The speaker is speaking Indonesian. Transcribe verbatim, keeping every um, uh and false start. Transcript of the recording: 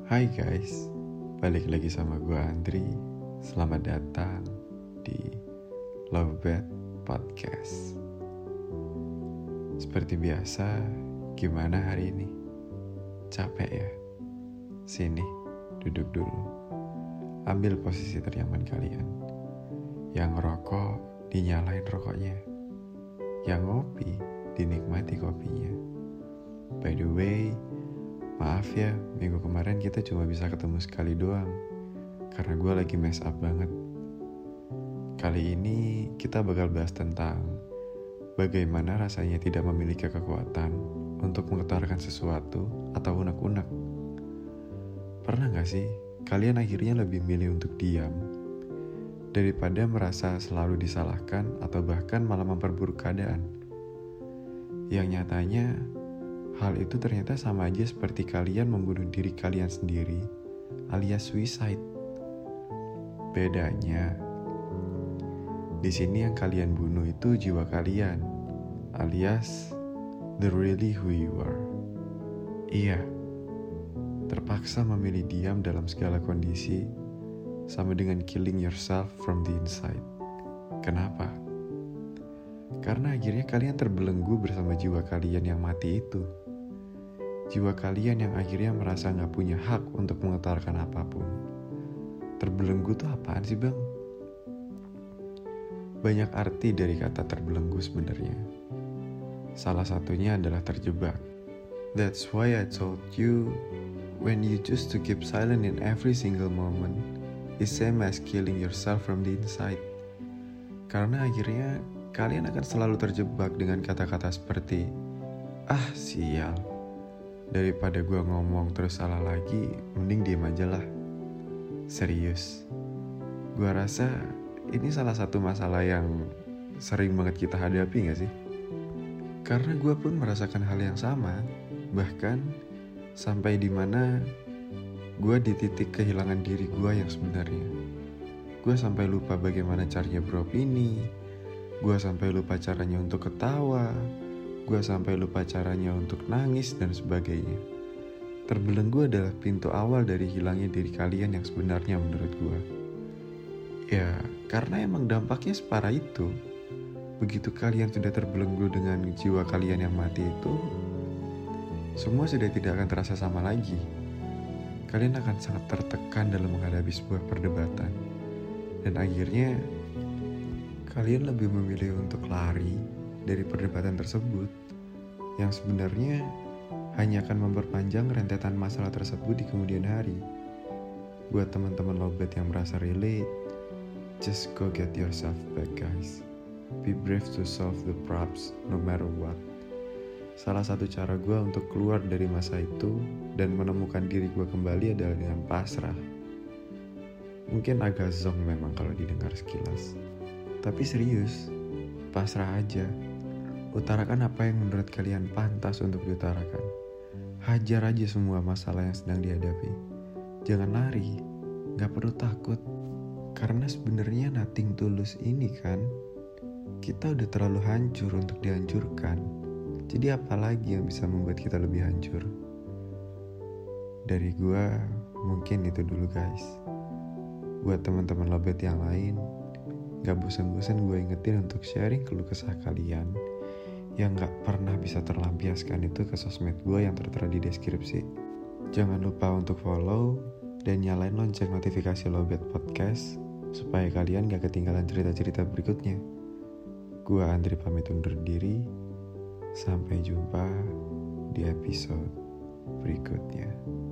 Hai guys, balik lagi sama gue Andri. Selamat datang di Lovebird Podcast. Seperti biasa, gimana hari ini? Capek ya? Sini, duduk dulu. Ambil posisi ternyaman kalian. Yang ngerokok, dinyalain rokoknya. Yang ngopi, dinikmati kopinya. By the way, maaf ya, minggu kemarin kita cuma bisa ketemu sekali doang karena gue lagi mess up banget. Kali ini kita bakal bahas tentang bagaimana rasanya tidak memiliki kekuatan untuk mengutarakan sesuatu atau unek-unek. Pernah gak sih kalian akhirnya lebih milih untuk diam daripada merasa selalu disalahkan atau bahkan malah memperburuk keadaan? Yang nyatanya hal itu ternyata sama aja seperti kalian membunuh diri kalian sendiri alias suicide. Bedanya, di sini yang kalian bunuh itu jiwa kalian alias the really who you are. Iya, terpaksa memilih diam dalam segala kondisi sama dengan killing yourself from the inside. Kenapa? Karena akhirnya kalian terbelenggu bersama jiwa kalian yang mati itu. Jiwa kalian yang akhirnya merasa gak punya hak untuk mengutarakan apapun. Terbelenggu tuh apaan sih bang? Banyak arti dari kata terbelenggu sebenarnya. Salah satunya adalah terjebak. That's why I told you, when you choose to keep silent in every single moment, is same as killing yourself from the inside. Karena akhirnya kalian akan selalu terjebak dengan kata-kata seperti, ah sial, daripada gue ngomong terus salah lagi, mending diem aja lah. Serius, gue rasa ini salah satu masalah yang sering banget kita hadapi gak sih? Karena gue pun merasakan hal yang sama. Bahkan sampai dimana gue di titik kehilangan diri gue yang sebenarnya. Gue sampai lupa bagaimana caranya beropini. Gue sampai lupa caranya untuk ketawa. Gue sampai lupa caranya untuk nangis dan sebagainya. Terbelenggu adalah pintu awal dari hilangnya diri kalian yang sebenarnya menurut gue. Ya, karena emang dampaknya separah itu. Begitu kalian sudah terbelenggu dengan jiwa kalian yang mati itu, semua sudah tidak akan terasa sama lagi. Kalian akan sangat tertekan dalam menghadapi sebuah perdebatan. Dan akhirnya kalian lebih memilih untuk lari dari perdebatan tersebut yang sebenarnya hanya akan memperpanjang rentetan masalah tersebut di kemudian hari. Buat teman-teman Lovebird yang merasa relate, just go get yourself back guys. Be brave to solve the problems no matter what. Salah satu cara gue untuk keluar dari masa itu dan menemukan diri gue kembali adalah dengan pasrah. Mungkin agak zonk memang kalau didengar sekilas, tapi serius, pasrah aja. Utarakan apa yang menurut kalian pantas untuk diutarakan. Hajar aja semua masalah yang sedang dihadapi. Jangan lari, gak perlu takut. Karena sebenarnya nothing tulus ini kan, kita udah terlalu hancur untuk dihancurkan. Jadi apa lagi yang bisa membuat kita lebih hancur? Dari gua, mungkin itu dulu guys. Buat teman-teman Lovebird yang lain, gak bosan-bosan gue ingetin untuk sharing keluh kesah kalian yang gak pernah bisa terlampiaskan itu ke sosmed gue yang tertera di deskripsi. Jangan lupa untuk follow dan nyalain lonceng notifikasi Lovebird Podcast supaya kalian gak ketinggalan cerita-cerita berikutnya. Gue Andri pamit undur diri. Sampai jumpa di episode berikutnya.